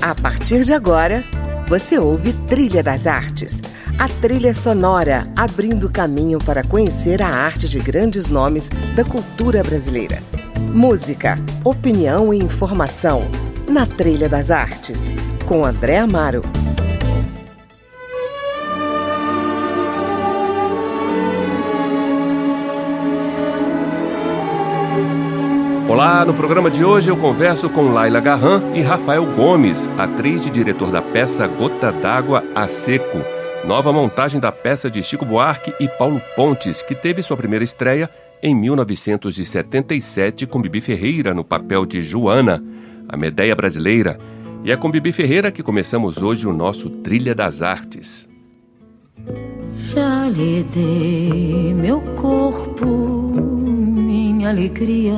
A partir de agora, você ouve Trilha das Artes, a trilha sonora abrindo caminho para conhecer a arte de grandes nomes da cultura brasileira. Música, opinião e informação na Trilha das Artes, com André Amaro. Olá, no programa de hoje eu converso com Laila Garran e Rafael Gomes, atriz e diretor da peça Gota d'Água a Seco, nova montagem da peça de Chico Buarque e Paulo Pontes, que teve sua primeira estreia em 1977 com Bibi Ferreira no papel de Joana, a Medéia brasileira. E é com Bibi Ferreira que começamos hoje o nosso Trilha das Artes. Já lhe dei meu corpo, minha alegria,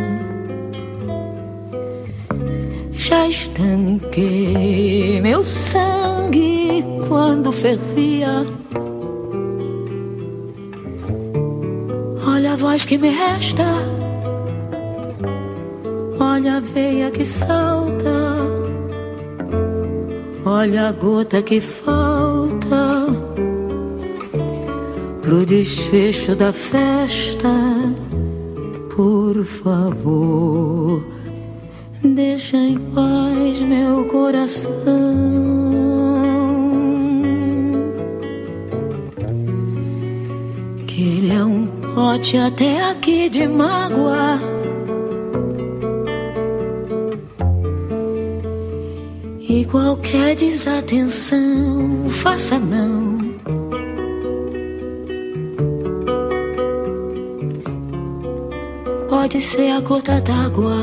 já estanquei meu sangue quando fervia. Olha a voz que me resta, olha a veia que salta, olha a gota que falta pro desfecho da festa. Por favor, deixa em paz meu coração, que ele é um pote até aqui de mágoa, e qualquer desatenção faça não. Pode ser a gota d'água,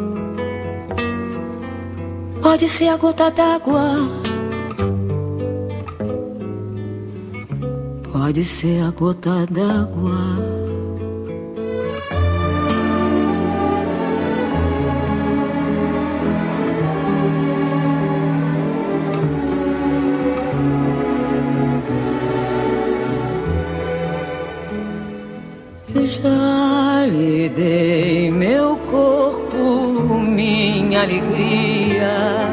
pode ser a gota d'água, pode ser a gota d'água. Já lhe dei meu corpo, minha alegria,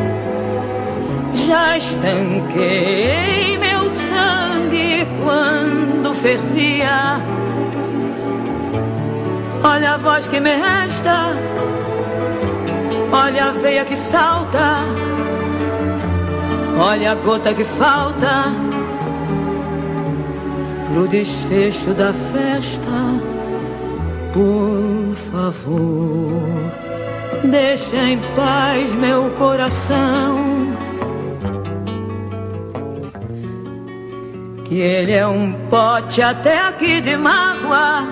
já estanquei meu sangue quando fervia. Olha a voz que me resta, olha a veia que salta, olha a gota que falta pro desfecho da festa. Por favor, deixa em paz meu coração, que ele é um pote até aqui de mágoa,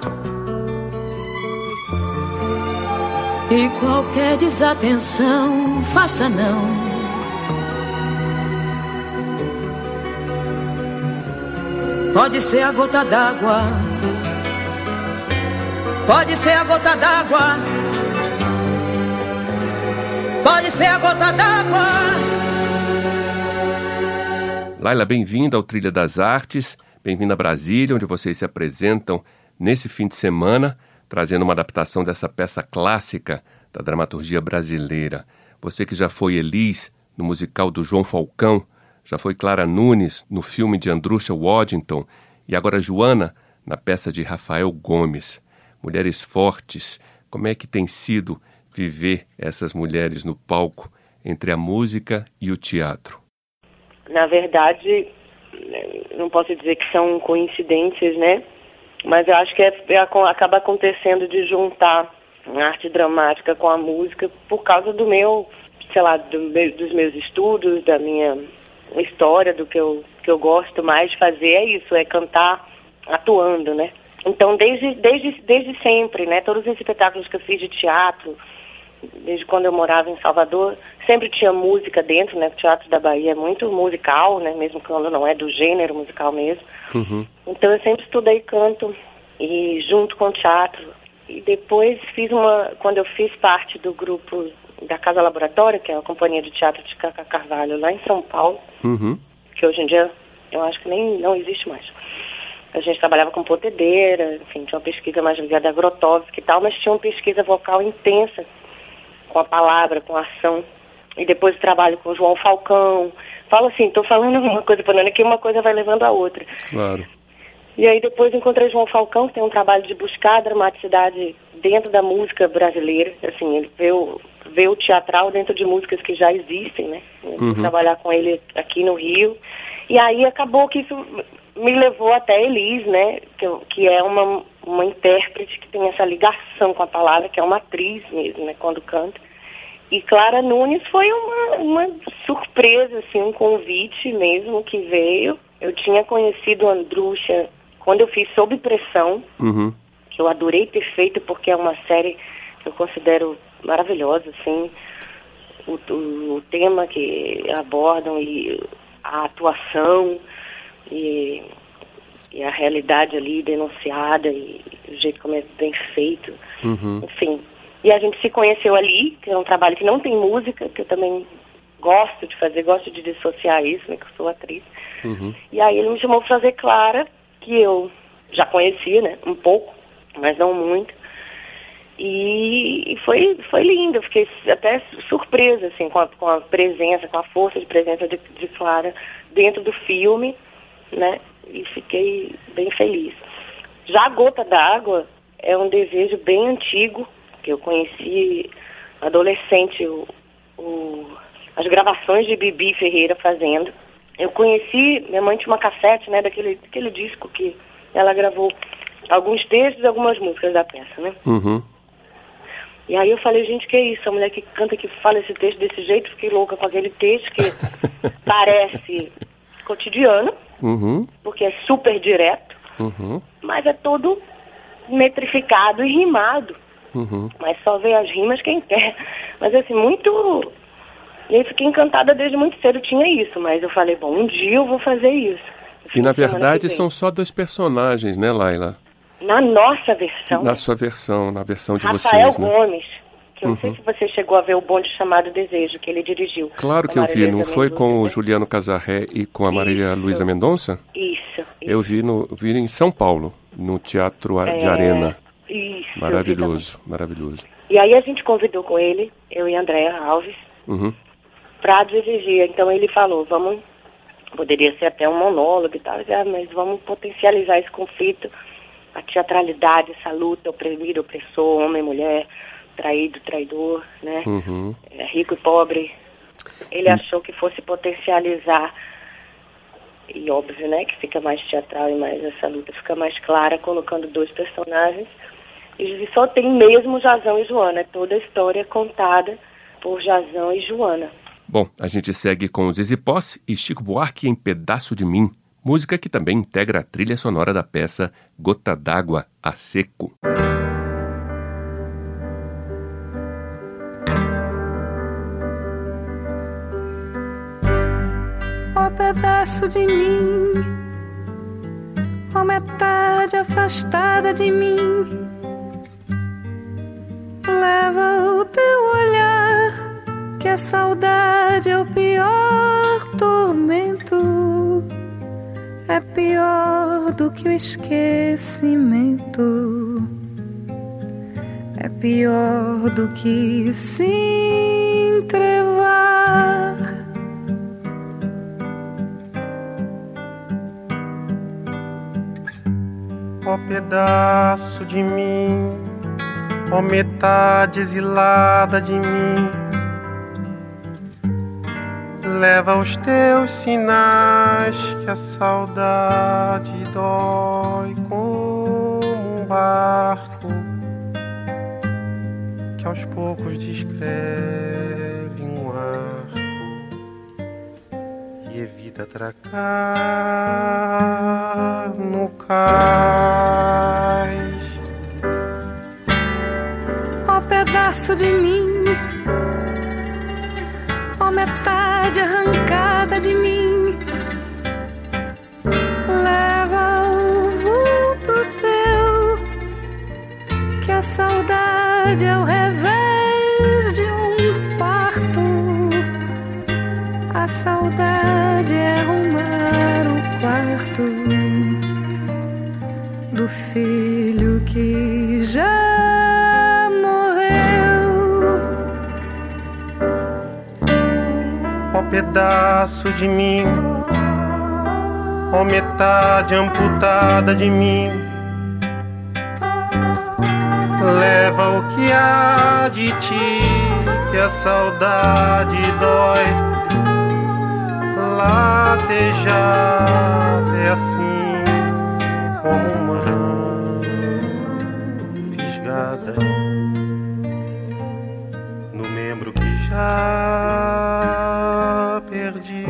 e qualquer desatenção faça não. Pode ser a gota d'água, pode ser a gota d'água, pode ser a gota d'água. Laila, bem-vinda ao Trilha das Artes, bem-vinda a Brasília, onde vocês se apresentam nesse fim de semana, trazendo uma adaptação dessa peça clássica da dramaturgia brasileira. Você que já foi Elis no musical do João Falcão, já foi Clara Nunes no filme de Andrusha Waddington e agora Joana na peça de Rafael Gomes. Mulheres fortes, como é que tem sido viver essas mulheres no palco entre a música e o teatro? Na verdade, não posso dizer que são coincidências, né? Mas eu acho que acaba acontecendo de juntar a arte dramática com a música por causa do meu, sei lá, dos meus estudos, da minha história, do que eu gosto mais de fazer, é isso, é cantar atuando, né? Então, desde sempre, né? Todos os espetáculos que eu fiz de teatro, desde quando eu morava em Salvador, sempre tinha música dentro, né? O Teatro da Bahia é muito musical, né? Mesmo quando não é do gênero musical mesmo. Uhum. Então, eu sempre estudei canto e junto com o teatro. E depois quando eu fiz parte do grupo da Casa Laboratório, que é a companhia de teatro de Cacá Carvalho, lá em São Paulo, que hoje em dia eu acho que nem não existe mais. A gente trabalhava com potedeira, enfim, tinha uma pesquisa mais ligada a Grotowski e tal, mas tinha uma pesquisa vocal intensa, com a palavra, com a ação. e depois trabalho com o João Falcão. Falo assim, estou falando uma coisa para Nana, que uma coisa vai levando a outra. Claro. E aí depois encontrei João Falcão, que tem um trabalho de buscar a dramaticidade dentro da música brasileira. Assim, ele vê o teatral dentro de músicas que já existem, né? Eu fui trabalhar com ele aqui no Rio. E aí acabou que isso me levou até Elis, né? Que é uma intérprete que tem essa ligação com a palavra, que é uma atriz mesmo, né? Quando canta. E Clara Nunes foi uma surpresa, assim, um convite mesmo que veio. Eu tinha conhecido a Andrúcia quando eu fiz Sob Pressão, que eu adorei ter feito, porque é uma série que eu considero maravilhosa, assim, o tema que abordam e a atuação e a realidade ali denunciada e o jeito como é bem feito, enfim. E a gente se conheceu ali, que é um trabalho que não tem música, que eu também gosto de fazer, gosto de dissociar isso, né, que eu sou atriz. E aí ele me chamou para fazer Clara, que eu já conhecia, né, um pouco, mas não muito. E foi lindo, eu fiquei até surpresa, assim, com a presença, com a força de presença de Clara dentro do filme, né, e fiquei bem feliz. Já a Gota d'Água é um desejo bem antigo, que eu conheci adolescente, as gravações de Bibi Ferreira fazendo. Eu conheci, minha mãe tinha uma cassete, né, daquele disco que ela gravou alguns textos e algumas músicas da peça, né? E aí eu falei, gente, que é isso? A mulher que canta, que fala esse texto desse jeito, fiquei louca com aquele texto que parece cotidiano, porque é super direto, mas é todo metrificado e rimado. Mas só vê as rimas quem quer. Mas assim, muito... E aí fiquei encantada desde muito cedo, tinha isso, mas eu falei, bom, um dia eu vou fazer isso. E na verdade são só 2 personagens, né, Laila? Na nossa versão. Na sua versão, na versão de Rafael vocês, né? Gomes, que eu não sei se você chegou a ver o Bonde Chamado Desejo, que ele dirigiu. Claro que eu vi, não foi com o Juliano Casarré e com a Marília Luísa Mendonça? Isso. Eu vi em São Paulo, no Teatro de Arena. Isso. Maravilhoso, maravilhoso. E aí a gente convidou com ele, eu e a Andréa Alves, para dirigir. Então ele falou, poderia ser até um monólogo e tal, mas vamos potencializar esse conflito, a teatralidade, essa luta, oprimido, opressor, homem, mulher, traído, traidor, né? Rico e pobre. Ele achou que fosse potencializar, e óbvio, né, que fica mais teatral e mais essa luta fica mais clara, colocando 2 personagens. E só tem mesmo Jazão e Joana, toda a história contada por Jazão e Joana. Bom, a gente segue com Zizi Posse e Chico Buarque em Pedaço de Mim, música que também integra a trilha sonora da peça Gota d'Água a Seco. Ó pedaço de mim, ó metade afastada de mim, leva o teu olhar, que a saudade é o pior tormento, é pior do que o esquecimento, é pior do que se entrevar. Ó pedaço de mim, ó metade exilada de mim, leva os teus sinais, que a saudade dói como um barco que aos poucos descreve um arco e evita atracar no cais. Ó pedaço de mim, ó metade arrancada de mim, leva o vulto teu, que a saudade é o revés de um parto, a saudade é arrumar o quarto do filho que já morreu. pedaço de mim, ó metade amputada de mim, leva o que há de ti, que a saudade dói. Latejar é assim como mão fisgada no membro que já perdi.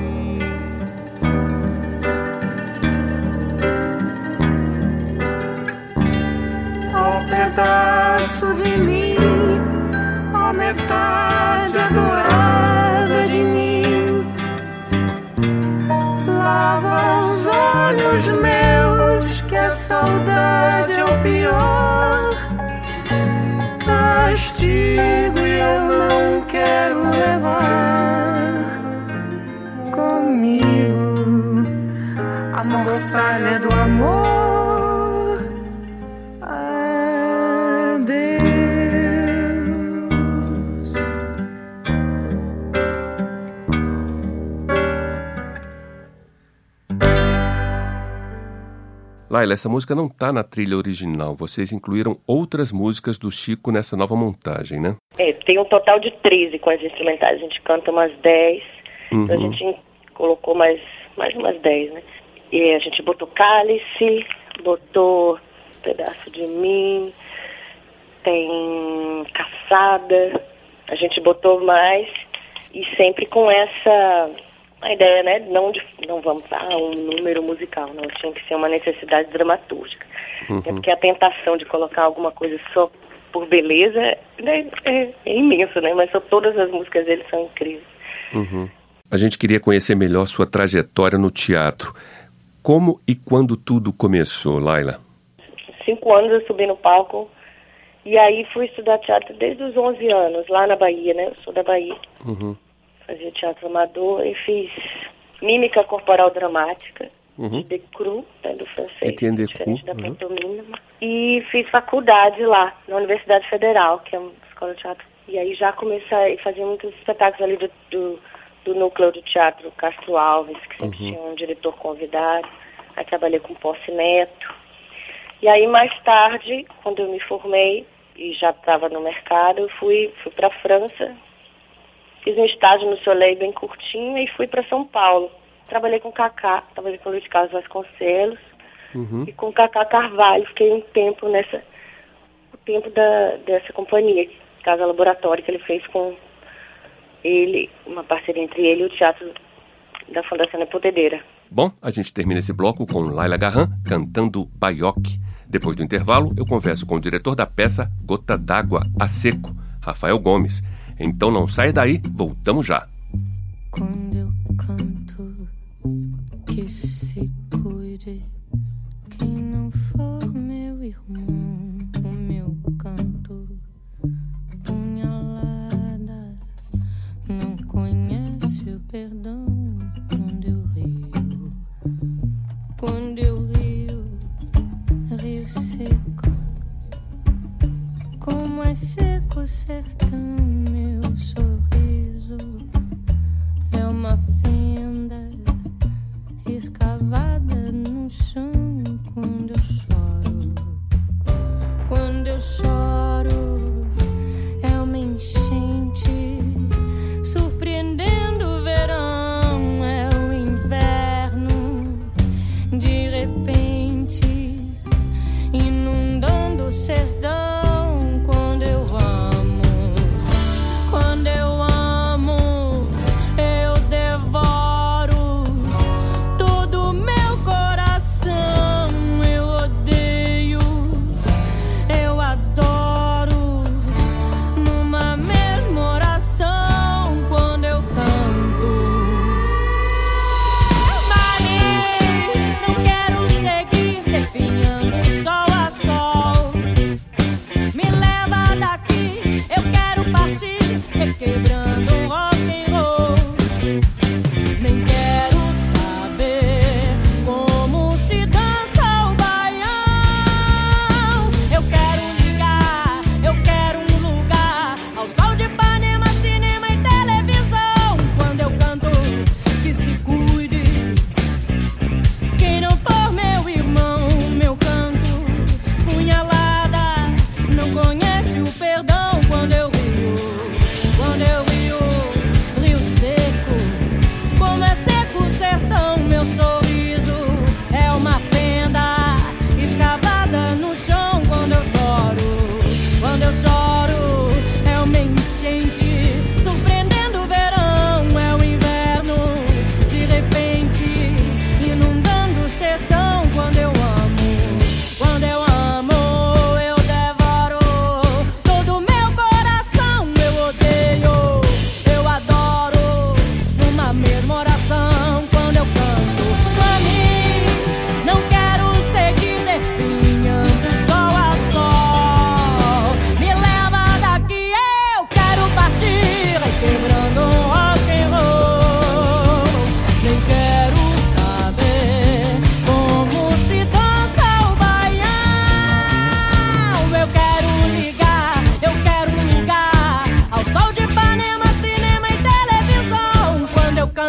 Ó pedaço de mim, ó metade adorada de mim, lava os olhos meus, que a saudade é o pior castigo e eu não quero levar comigo a mortalha do amor. Laila, essa música não está na trilha original. Vocês incluíram outras músicas do Chico nessa nova montagem, né? Tem um total de 13 com as instrumentais. A gente canta umas 10. Então a gente colocou mais umas 10, né? E a gente botou Cálice, botou Pedaço de Mim, tem Caçada. A gente botou mais e sempre com essa... A ideia, né, não vamos dar um número musical, não, tinha que ser uma necessidade dramatúrgica. É porque a tentação de colocar alguma coisa só por beleza, né, é imenso, né, mas todas as músicas dele são incríveis. A gente queria conhecer melhor sua trajetória no teatro. Como e quando tudo começou, Laila? 5 anos eu subi no palco e aí fui estudar teatro desde os 11 anos, lá na Bahia, né, eu sou da Bahia. Fazia teatro amador e fiz mímica corporal dramática, de Decru, né, do francês, diferente da pantomima. E fiz faculdade lá, na Universidade Federal, que é uma escola de teatro. E aí já comecei a fazer muitos espetáculos ali do núcleo do teatro Castro Alves, que sempre tinha um diretor convidado. Aí trabalhei com Posse Neto. E aí mais tarde, quando eu me formei e já estava no mercado, eu fui para a França. Fiz um estágio no Soleil bem curtinho e fui para São Paulo. Trabalhei com Cacá, trabalhei com Luiz Carlos Vasconcelos e com Cacá Carvalho. Fiquei um tempo dessa companhia, Casa Laboratório, que ele fez com ele, uma parceria entre ele e o Teatro da Fundação Nepotedeira. Bom, a gente termina esse bloco com Laila Garran cantando Baioque. Depois do intervalo, eu converso com o diretor da peça Gota d'Água a Seco, Rafael Gomes. Então não sai daí, voltamos já. Quando eu canto, que se cuide, quem não for meu irmão, o meu canto, punhalada, não conhece o perdão. Quando eu rio, rio seco, como é seco o sertão. Meu sorriso é uma fenda escavada no chão. Quando eu choro, é uma enchente surpreendendo o verão, é o inverno de repente inundando o sertão. Sol de Ipanema, cinema e televisão. Quando eu canto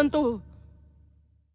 canto.